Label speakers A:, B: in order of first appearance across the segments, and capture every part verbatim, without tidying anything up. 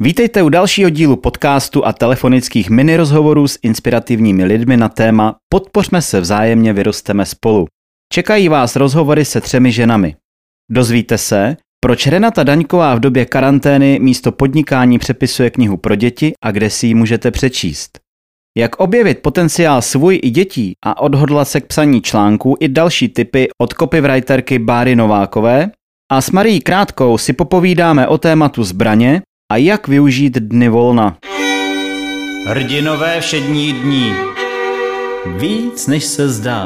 A: Vítejte u dalšího dílu podcastu a telefonických minirozhovorů s inspirativními lidmi na téma Podpořme se vzájemně, vyrosteme spolu. Čekají vás rozhovory se třemi ženami. Dozvíte se, proč Renata Daňková v době karantény místo podnikání přepisuje knihu pro děti a kde si ji můžete přečíst. Jak objevit potenciál svůj i dětí a odhodlat se k psaní článků i další tipy od copywriterky Báry Novákové. A s Marií Krátkou si popovídáme o tématu zbraně a jak využít dny volna. Hrdinové všední dní. Víc než se zdá.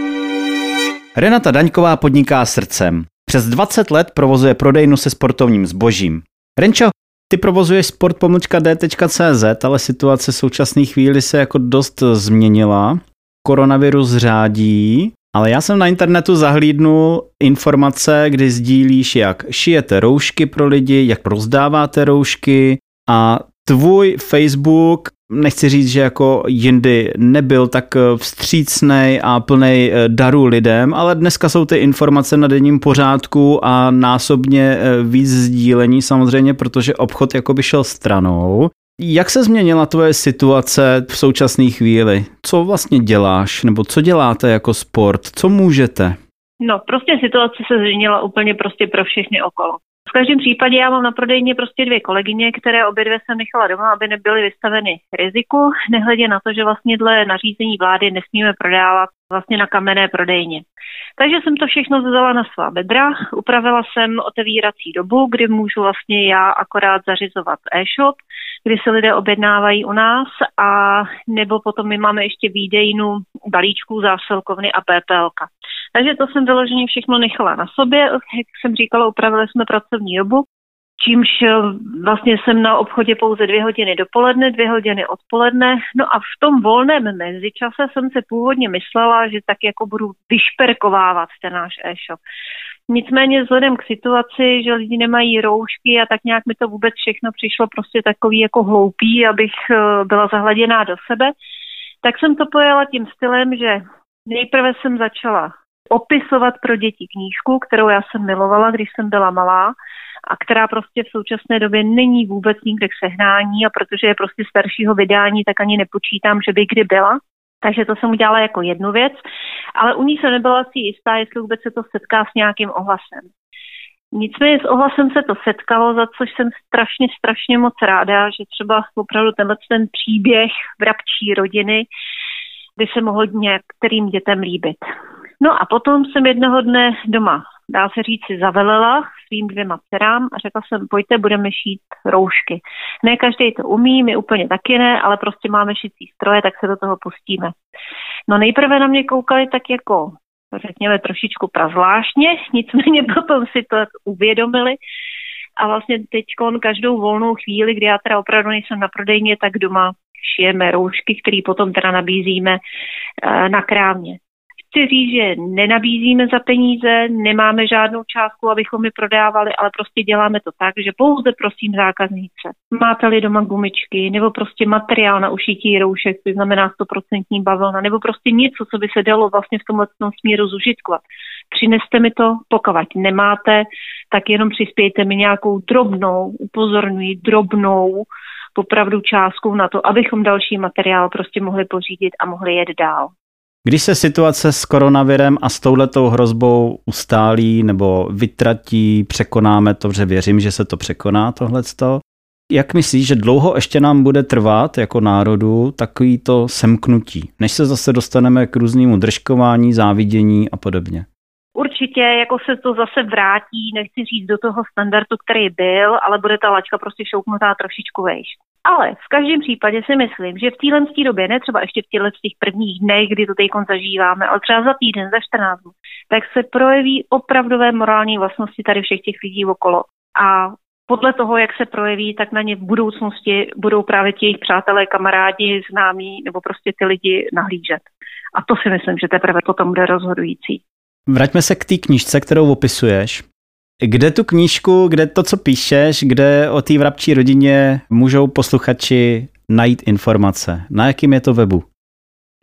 A: Renata Daňková podniká srdcem. Přes dvacet let provozuje prodejnu se sportovním zbožím. Renčo, ty provozuješ sport pomlčka d tečka cé zet, ale situace v současné chvíli se jako dost změnila. Koronavirus řádí, ale já jsem na internetu zahlídnul informace, kdy sdílíš, jak šijete roušky pro lidi, jak rozdáváte roušky a tvůj Facebook, nechci říct, že jako jindy nebyl tak vstřícnej a plnej darů lidem, ale dneska jsou ty informace na denním pořádku a násobně víc sdílení samozřejmě, protože obchod jakoby šel stranou. Jak se změnila tvoje situace v současné chvíli? Co vlastně děláš, nebo co děláte jako sport? Co můžete?
B: No, prostě situace se změnila úplně prostě pro všechny okolo. V každém případě já mám na prodejně prostě dvě kolegyně, které obě dvě jsem nechala doma, aby nebyly vystaveny riziku, nehledě na to, že vlastně dle nařízení vlády nesmíme prodávat vlastně na kamenné prodejně. Takže jsem to všechno vzala na svá bedra, upravila jsem otevírací dobu, kdy můžu vlastně já akorát zařizovat e-shop, kdy se lidé objednávají u nás, a nebo potom my máme ještě výdejnu balíčků, zásilkovny a pé pé elka. Takže to jsem vyloženě všechno nechala na sobě, jak jsem říkala, upravili jsme pracovní dobu, čímž vlastně jsem na obchodě pouze dvě hodiny dopoledne, dvě hodiny odpoledne. No a v tom volném mezičase jsem se původně myslela, že tak jako budu vyšperkovávat ten náš e-shop. Nicméně vzhledem k situaci, že lidi nemají roušky a tak nějak mi to vůbec všechno přišlo prostě takový jako hloupý, abych byla zahladěná do sebe, tak jsem to pojela tím stylem, že nejprve jsem začala opisovat pro děti knížku, kterou já jsem milovala, když jsem byla malá a která prostě v současné době není vůbec nikde k sehnání, a protože je prostě staršího vydání, tak ani nepočítám, že by kdy byla. Takže to jsem udělala jako jednu věc, ale u ní jsem nebyla si jistá, jestli vůbec se to setká s nějakým ohlasem. Nicméně s ohlasem se to setkalo, za což jsem strašně, strašně moc ráda, že třeba opravdu tenhle ten příběh vrabčí rodiny by se mohl některým dětem líbit. No a potom jsem jednoho dne doma, dá se říct, si zavelela svým dvěma dcerám a řekla jsem, pojďte, budeme šít roušky. Ne každý to umí, my úplně taky ne, ale prostě máme šicí stroje, tak se do toho pustíme. No nejprve na mě koukali tak jako, řekněme, trošičku prazvláštně, nicméně potom si to uvědomili. A vlastně teď každou volnou chvíli, kdy já teda opravdu nejsem na prodejně, tak doma šijeme roušky, které potom teda nabízíme na krámě. Chci říct, že nenabízíme za peníze, nemáme žádnou částku, abychom je prodávali, ale prostě děláme to tak, že pouze prosím zákaznice. Máte-li doma gumičky, nebo prostě materiál na ušití roušek, to znamená sto procent bavlna, nebo prostě něco, co by se dalo vlastně v tomhle směru zužitkovat. Přineste mi to, pokud nemáte, tak jenom přispějte mi nějakou drobnou, upozorňuji, drobnou, opravdu částkou na to, abychom další materiál prostě mohli pořídit a mohli jet dál.
A: Když se situace s koronavirem a s touhletou hrozbou ustálí nebo vytratí, překonáme to, že věřím, že se to překoná tohleto, jak myslíš, že dlouho ještě nám bude trvat jako národu takový to semknutí, než se zase dostaneme k různému držkování, závidění a podobně?
B: Určitě jako se to zase vrátí, nechci říct do toho standardu, který byl, ale bude ta lačka prostě šoupnutá trošičku vejš. Ale v každém případě si myslím, že v téhle době, ne třeba ještě v těchto těch prvních dnech, kdy to teďkon zažíváme, ale třeba za týden, za čtrnáct dnů, tak se projeví opravdové morální vlastnosti tady všech těch lidí okolo. A podle toho, jak se projeví, tak na ně v budoucnosti budou právě ti jejich přátelé, kamarádi, známí nebo prostě ty lidi nahlížet. A to si myslím, že teprve potom bude rozhodující.
A: Vraťme se k té knížce, kterou opisuješ. Kde tu knížku, kde to, co píšeš, kde o té vrabčí rodině můžou posluchači najít informace? Na jakým je to webu?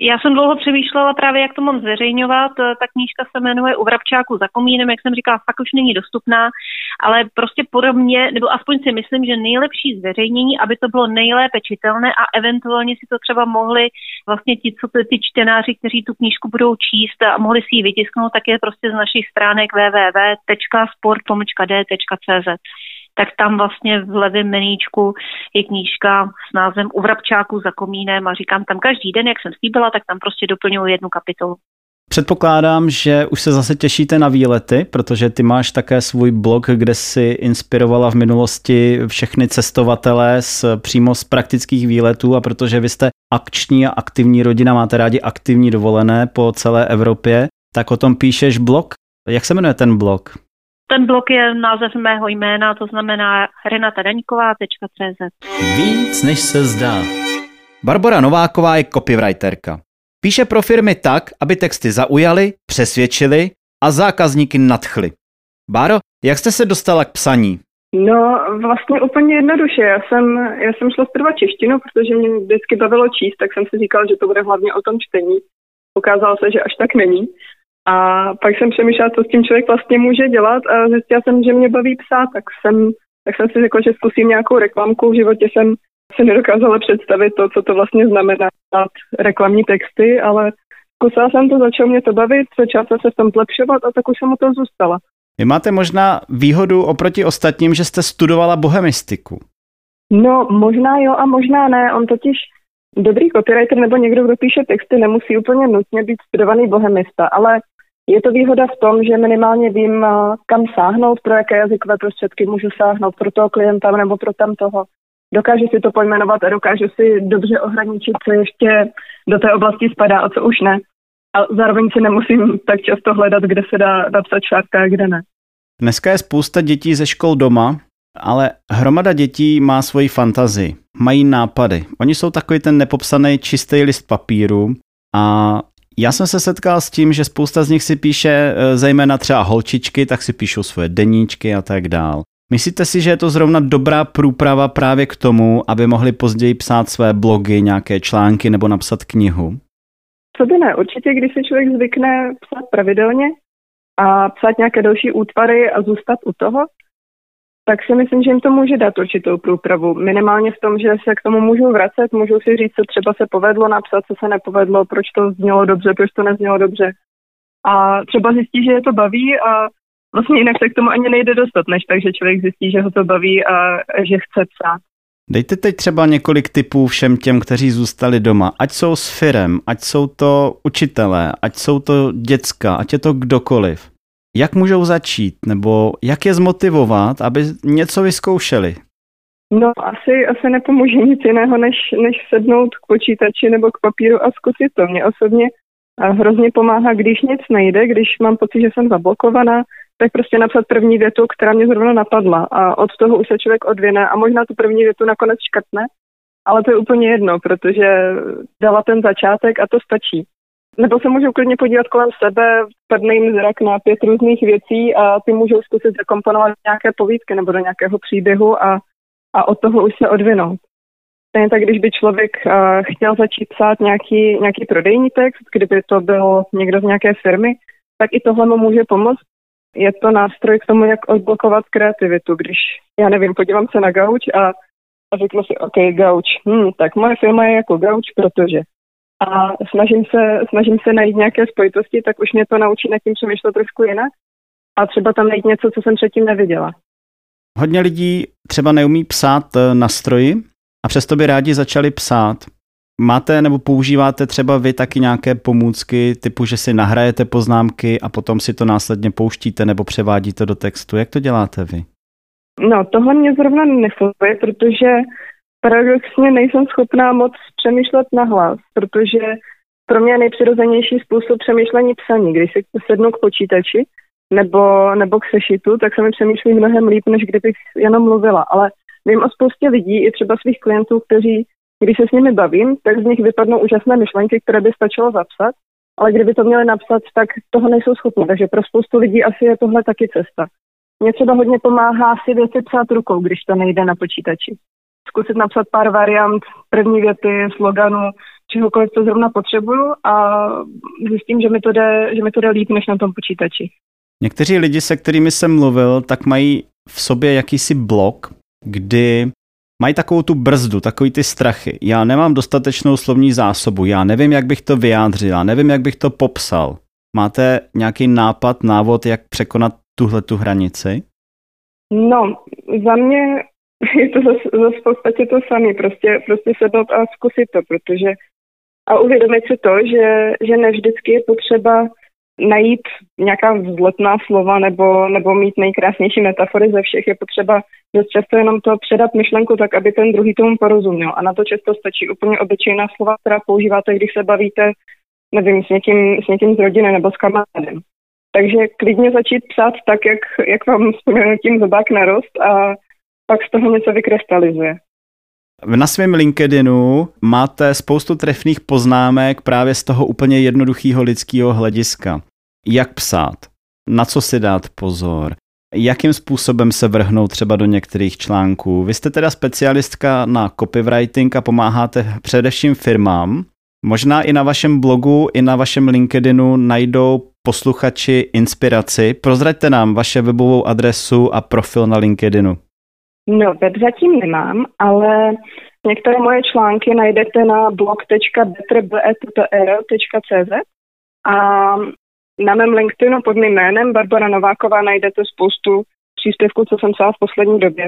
B: Já jsem dlouho přemýšlela právě, jak to mám zveřejňovat. Ta knížka se jmenuje U vrabčáku za komínem, jak jsem říkala, fakt už není dostupná, ale prostě podobně, nebo aspoň si myslím, že nejlepší zveřejnění, aby to bylo nejlépe čitelné a eventuálně si to třeba mohli vlastně ti, co ty, ty čtenáři, kteří tu knížku budou číst a mohli si ji vytisknout, tak je prostě z našich stránek w w w tečka sport pomlčka d tečka c z. Tak tam vlastně v levém meníčku je knížka s názvem U vrabčáku za komínem a říkám tam každý den, jak jsem slíbila, tak tam prostě doplňuji jednu kapitolu.
A: Předpokládám, že už se zase těšíte na výlety, protože ty máš také svůj blog, kde si inspirovala v minulosti všechny cestovatele z, přímo z praktických výletů a protože vy jste akční a aktivní rodina, máte rádi aktivní dovolené po celé Evropě, tak o tom píšeš blog. Jak se jmenuje ten blog?
B: Ten blog je název mého jména, to znamená renata daňková tečka c z.
A: Víc, než se zdá. Barbora Nováková je copywriterka. Píše pro firmy tak, aby texty zaujaly, přesvědčily a zákazníky nadchly. Báro, jak jste se dostala k psaní?
C: No, vlastně úplně jednoduše. Já jsem, já jsem šla zprva češtinu, protože mě vždycky bavilo číst, tak jsem si říkala, že to bude hlavně o tom čtení. Ukázalo se, že až tak není. A pak jsem přemýšlela, co s tím člověk vlastně může dělat a zjistila jsem, že mě baví psát, tak jsem, tak jsem si řekla, že zkusím nějakou reklamku. V životě jsem si nedokázala představit to, co to vlastně znamená reklamní texty, ale zkusila jsem to, začalo mě to bavit, začala jsem se v tom zlepšovat a tak už jsem u toho zůstala.
A: Vy máte možná výhodu oproti ostatním, že jste studovala bohemistiku.
C: No, možná jo a možná ne. On totiž dobrý copywriter nebo někdo, kdo píše texty, nemusí úplně nutně být studovaný bohemista, ale je to výhoda v tom, že minimálně vím, kam sáhnout, pro jaké jazykové prostředky můžu sáhnout, pro toho klienta nebo pro tam toho. Dokážu si to pojmenovat a dokážu si dobře ohraničit, co ještě do té oblasti spadá a co už ne. A zároveň si nemusím tak často hledat, kde se dá napsat čárka a kde ne.
A: Dneska je spousta dětí ze škol doma, ale hromada dětí má svoji fantazii, mají nápady. Oni jsou takový ten nepopsaný čistý list papíru a já jsem se setkal s tím, že spousta z nich si píše, zejména třeba holčičky, tak si píšou svoje deníčky a tak dál. Myslíte si, že je to zrovna dobrá průprava právě k tomu, aby mohli později psát své blogy, nějaké články nebo napsat knihu?
C: Co by ne, určitě, když si člověk zvykne psát pravidelně a psát nějaké další útvary a zůstat u toho, tak si myslím, že jim to může dát určitou průpravu. Minimálně v tom, že se k tomu můžou vracet, můžou si říct, co třeba se povedlo napsat, co se nepovedlo, proč to znělo dobře, proč to neznělo dobře. A třeba zjistí, že je to baví a vlastně jinak se k tomu ani nejde dostat, než tak, že člověk zjistí, že ho to baví a že chce psát.
A: Dejte teď třeba několik tipů všem těm, kteří zůstali doma. Ať jsou s firem, ať jsou to učitelé, ať jsou to děcka, ať je to kdokoliv. Jak můžou začít, nebo jak je zmotivovat, aby něco vyzkoušeli?
C: No asi, asi nepomůže nic jiného, než, než sednout k počítači nebo k papíru a zkusit to. Mně osobně hrozně pomáhá, když nic nejde, když mám pocit, že jsem zablokovaná, tak prostě napsat první větu, která mě zrovna napadla a od toho už se člověk odvěne a možná tu první větu nakonec škrtne, ale to je úplně jedno, protože dala ten začátek a to stačí. Nebo se můžou klidně podívat kolem sebe, padne jim zrak na pět různých věcí a ty můžou zkusit zakomponovat nějaké povídky nebo do nějakého příběhu a, a od toho už se odvinout. Stejně tak, když by člověk uh, chtěl začít psát nějaký, nějaký prodejní text, kdyby to byl někdo z nějaké firmy, tak i tohle mu může pomoct. Je to nástroj k tomu, jak odblokovat kreativitu. Když, já nevím, podívám se na gauč a, a řeknu si, OK, gauč, hm, tak moje firma je jako gauč, protože. A snažím se, snažím se najít nějaké spojitosti, tak už mě to naučí nad tím přemýšlet trošku jinak a třeba tam najít něco, co jsem předtím neviděla.
A: Hodně lidí třeba neumí psát na stroji a přesto by rádi začali psát. Máte nebo používáte třeba vy taky nějaké pomůcky typu, že si nahrajete poznámky a potom si to následně pouštíte nebo převádíte do textu? Jak to děláte vy?
C: No, tohle mě zrovna nefunguje, protože paradoxně nejsem schopná moc přemýšlet nahlas, protože pro mě je nejpřirozenější způsob přemýšlení psaní. Když si sednu k počítači nebo, nebo k sešitu, tak se mi přemýšlí mnohem líp, než kdybych jenom mluvila. Ale vím o spoustě lidí, i třeba svých klientů, kteří, když se s nimi bavím, tak z nich vypadnou úžasné myšlenky, které by stačilo zapsat, ale kdyby to měli napsat, tak toho nejsou schopni. Takže pro spoustu lidí asi je tohle taky cesta. Mně třeba hodně pomáhá si věci psát rukou, když to nejde na počítači. Zkusit napsat pár variant první věty, sloganu, čehokoliv, co zrovna potřebuju a zjistím, že mi to jde, že mi to jde líp než na tom počítači.
A: Někteří lidi, se kterými jsem mluvil, tak mají v sobě jakýsi blok, kdy mají takovou tu brzdu, takový ty strachy. Já nemám dostatečnou slovní zásobu, já nevím, jak bych to vyjádřil, já nevím, jak bych to popsal. Máte nějaký nápad, návod, jak překonat tuhletu hranici?
C: No, za mě je to zase, zase v podstatě to samé, prostě, prostě sednout a zkusit to, protože a uvědomit si to, že, že ne vždycky je potřeba najít nějaká vzletná slova nebo, nebo mít nejkrásnější metafory ze všech. Je potřeba dost často jenom to předat myšlenku tak, aby ten druhý tomu porozuměl. A na to často stačí úplně obyčejná slova, která používáte, když se bavíte, nevím, s někým, s někým z rodiny nebo s kamarádem. Takže klidně začít psát tak, jak, jak vám tím zobák narost a pak z toho něco vykrystalizuje.
A: Na svém LinkedInu máte spoustu trefných poznámek právě z toho úplně jednoduchého lidského hlediska. Jak psát? Na co si dát pozor? Jakým způsobem se vrhnout třeba do některých článků? Vy jste teda specialistka na copywriting a pomáháte především firmám. Možná i na vašem blogu, i na vašem LinkedInu najdou posluchači inspiraci. Prozraďte nám vaše webovou adresu a profil na LinkedInu.
C: No, web zatím nemám, ale některé moje články najdete na blog tečka better tečka cé zet a na mém LinkedInu pod mým jménem Barbora Nováková najdete spoustu příspěvků, co jsem psala v poslední době.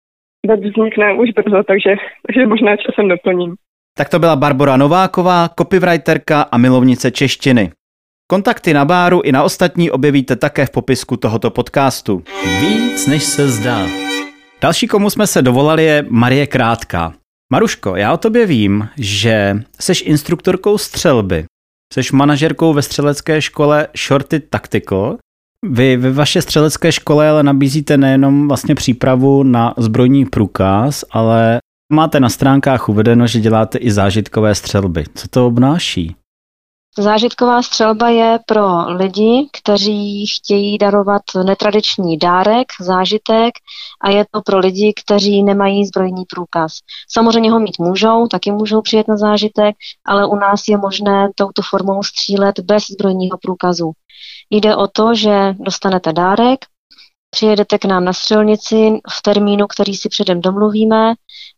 C: Web vznikne už brzo, takže, takže možná časem doplním.
A: Tak to byla Barbora Nováková, copywriterka a milovnice češtiny. Kontakty na Báru i na ostatní objevíte také v popisku tohoto podcastu. Víc než se zdá. Další, komu jsme se dovolali, je Marie Krátká. Maruško, já o tobě vím, že seš instruktorkou střelby. Seš manažerkou ve střelecké škole Shorty Tactical. Vy ve vaše střelecké škole ale nabízíte nejenom vlastně přípravu na zbrojní průkaz, ale máte na stránkách uvedeno, že děláte i zážitkové střelby. Co to obnáší?
D: Zážitková střelba je pro lidi, kteří chtějí darovat netradiční dárek, zážitek a je to pro lidi, kteří nemají zbrojní průkaz. Samozřejmě ho mít můžou, taky můžou přijet na zážitek, ale u nás je možné touto formou střílet bez zbrojního průkazu. Jde o to, že dostanete dárek, přijedete k nám na střelnici v termínu, který si předem domluvíme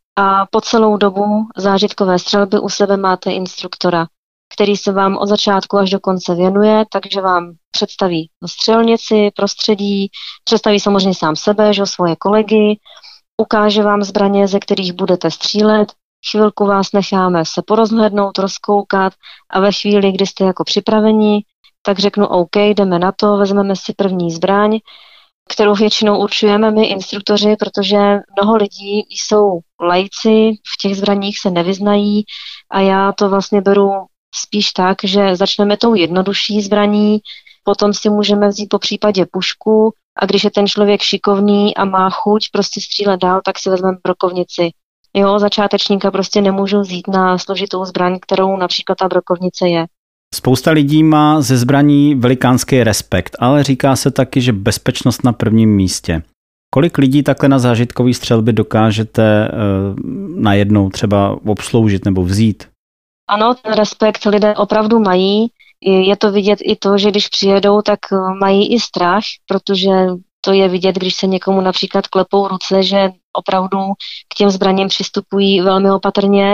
D: a po celou dobu zážitkové střelby u sebe máte instruktora, který se vám od začátku až do konce věnuje, takže vám představí střelnici, prostředí, představí samozřejmě sám sebe, že svoje kolegy, ukáže vám zbraně, ze kterých budete střílet, chvilku vás necháme se porozhlednout, rozkoukat a ve chvíli, kdy jste jako připraveni, tak řeknu OK, jdeme na to, vezmeme si první zbraň, kterou většinou určujeme my instruktoři, protože mnoho lidí jsou laici, v těch zbraních se nevyznají a já to vlastně beru spíš tak, že začneme tou jednodušší zbraní, potom si můžeme vzít po případě pušku a když je ten člověk šikovný a má chuť prostě střílet dál, tak si vezmeme brokovnici. Jo, začátečníka prostě nemůžu vzít na složitou zbraň, kterou například ta brokovnice je.
A: Spousta lidí má ze zbraní velikánský respekt, ale říká se taky, že bezpečnost na prvním místě. Kolik lidí takhle na zážitkové střelby dokážete e, najednou třeba obsloužit nebo vzít?
D: Ano, ten respekt lidé opravdu mají. Je to vidět i to, že když přijedou, tak mají i strach, protože to je vidět, když se někomu například klepou ruce, že opravdu k těm zbraním přistupují velmi opatrně.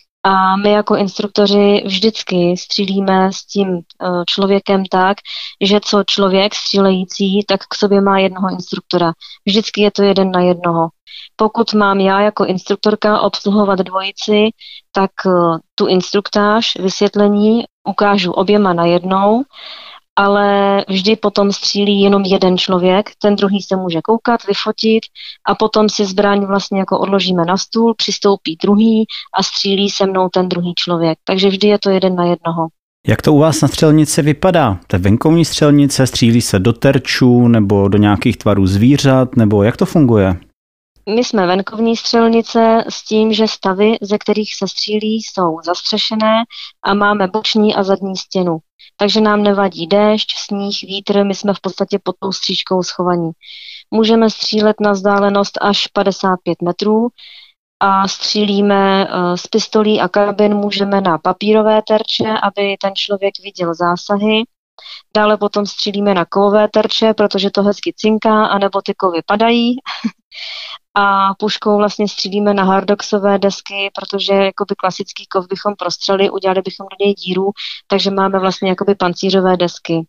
D: A my jako instruktoři vždycky střílíme s tím člověkem tak, že co člověk střílející, tak k sobě má jednoho instruktora. Vždycky je to jeden na jednoho. Pokud mám já jako instruktorka obsluhovat dvojici, tak tu instruktáž, vysvětlení ukážu oběma najednou, ale vždy potom střílí jenom jeden člověk, ten druhý se může koukat, vyfotit a potom si zbraň vlastně jako odložíme na stůl, přistoupí druhý a střílí se mnou ten druhý člověk. Takže vždy je to jeden na jednoho.
A: Jak to u vás na střelnici vypadá? To je venkovní střelnice, střílí se do terčů nebo do nějakých tvarů zvířat, nebo jak to funguje?
D: My jsme venkovní střelnice s tím, že stavy, ze kterých se střílí, jsou zastřešené a máme boční a zadní stěnu. Takže nám nevadí déšť, sníh, vítr, my jsme v podstatě pod tou stříčkou schovaní. Můžeme střílet na vzdálenost až padesát pět metrů a střílíme z pistolí a karabin, můžeme na papírové terče, aby ten člověk viděl zásahy. Dále potom střílíme na kovové terče, protože to hezky cinká, anebo ty kovy padají. A puškou vlastně střílíme na hardoxové desky, protože jakoby klasický kov bychom prostřeli, udělali bychom do něj díru, takže máme vlastně jakoby pancířové desky.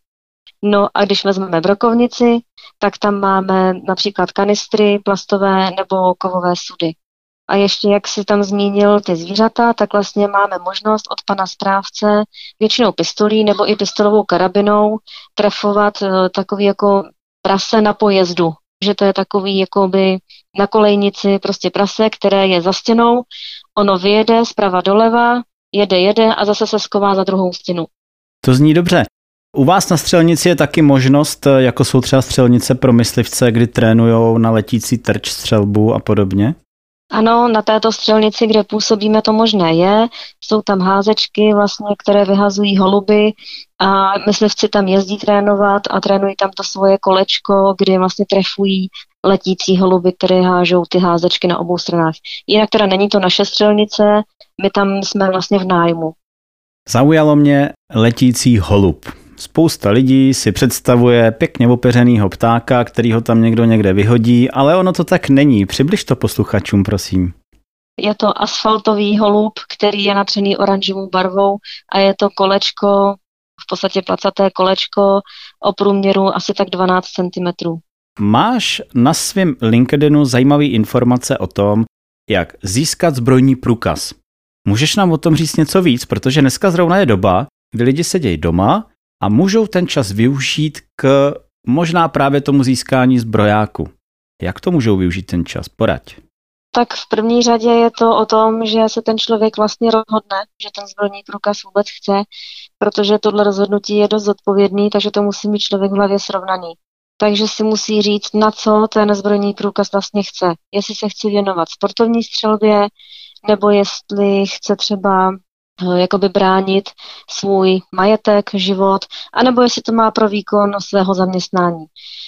D: No a když vezmeme brokovnici, tak tam máme například kanistry plastové nebo kovové sudy. A ještě, jak si tam zmínil ty zvířata, tak vlastně máme možnost od pana správce většinou pistolí nebo i pistolovou karabinou trefovat takový jako prase na pojezdu. Že to je takový jakoby na kolejnici prostě prase, které je za stěnou, ono vyjede zprava doleva, jede, jede a zase se sková za druhou stěnu.
A: To zní dobře. U vás na střelnici je taky možnost, jako jsou třeba střelnice pro myslivce, kdy trénujou na letící terč střelbu a podobně?
D: Ano, na této střelnici, kde působíme, to možné je. Jsou tam házečky, vlastně, které vyhazují holuby a myslivci tam jezdí trénovat a trénují tam to svoje kolečko, kdy vlastně trefují letící holuby, které hážou ty házečky na obou stranách. Jinak teda není to naše střelnice, my tam jsme vlastně v nájmu.
A: Zaujalo mě letící holub. Spousta lidí si představuje pěkně opeřenýho ptáka, který ho tam někdo někde vyhodí, ale ono to tak není. Přibliž to posluchačům, prosím.
D: Je to asfaltový holub, který je natřený oranžovou barvou a je to kolečko, v podstatě placaté kolečko o průměru asi tak dvanáct centimetrů.
A: Máš na svém LinkedInu zajímavé informace o tom, jak získat zbrojní průkaz. Můžeš nám o tom říct něco víc, protože dneska zrovna je doba, kdy lidi sedějí doma a můžou ten čas využít k možná právě tomu získání zbrojáku. Jak to můžou využít ten čas? Poraď.
D: Tak v první řadě je to o tom, že se ten člověk vlastně rozhodne, že ten zbrojní průkaz vůbec chce, protože tohle rozhodnutí je dost zodpovědný, takže to musí mít člověk v hlavě srovnaný. Takže si musí říct, na co ten zbrojní průkaz vlastně chce. Jestli se chce věnovat sportovní střelbě, nebo jestli chce třeba jakoby bránit svůj majetek, život, anebo jestli to má pro výkon svého zaměstnání.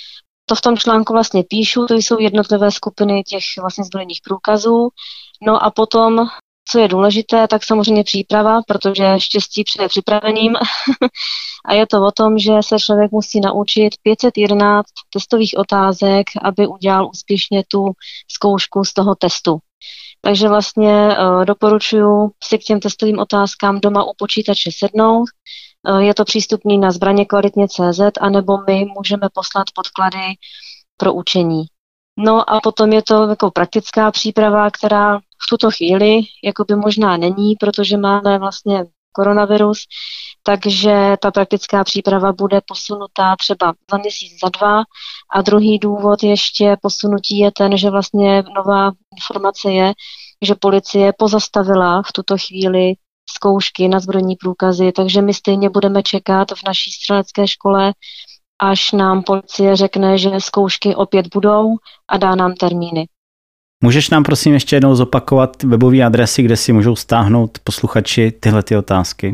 D: To v tom článku vlastně píšu, to jsou jednotlivé skupiny těch vlastně zbrojních průkazů. No a potom, co je důležité, tak samozřejmě příprava, protože štěstí přeje připraveným. A je to o tom, že se člověk musí naučit pět set jedenáct testových otázek, aby udělal úspěšně tu zkoušku z toho testu. Takže vlastně uh, doporučuji si k těm testovým otázkám doma u počítače sednout. Uh, je to přístupný na zbraně kvalitně tečka cé zet, anebo my můžeme poslat podklady pro učení. No a potom je to jako praktická příprava, která v tuto chvíli jakoby možná není, protože máme vlastně koronavirus, takže ta praktická příprava bude posunutá třeba za měsíc, za dva. A druhý důvod ještě posunutí je ten, že vlastně nová informace je, že policie pozastavila v tuto chvíli zkoušky na zbrojní průkazy, takže my stejně budeme čekat v naší střelecké škole, až nám policie řekne, že zkoušky opět budou a dá nám termíny.
A: Můžeš nám prosím ještě jednou zopakovat webové adresy, kde si můžou stáhnout posluchači tyhle ty otázky?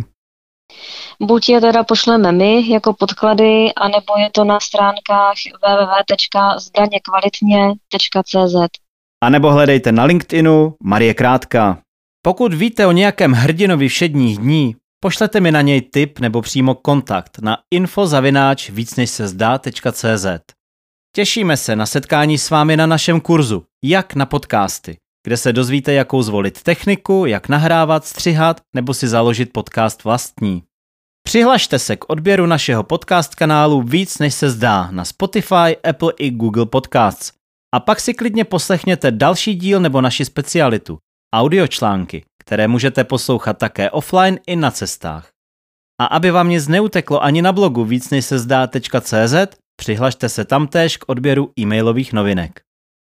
D: Buď je teda pošleme my jako podklady, anebo je to na stránkách w w w tečka zbraně kvalitně tečka cé zet.
A: A nebo hledejte na LinkedInu Marie Krátka. Pokud víte o nějakém hrdinovi všedních dní, pošlete mi na něj tip nebo přímo kontakt na info zavináč víc než se zdá tečka cé zet. Těšíme se na setkání s vámi na našem kurzu Jak na podcasty, kde se dozvíte, jakou zvolit techniku, jak nahrávat, střihat nebo si založit podcast vlastní. Přihlašte se k odběru našeho podcast kanálu Víc než se zdá na Spotify, Apple i Google Podcasts. A pak si klidně poslechněte další díl nebo naši specialitu, audiočlánky, které můžete poslouchat také offline i na cestách. A aby vám nic neuteklo ani na blogu víc než se zdá tečka cé zet, přihlašte se tamtéž k odběru e-mailových novinek.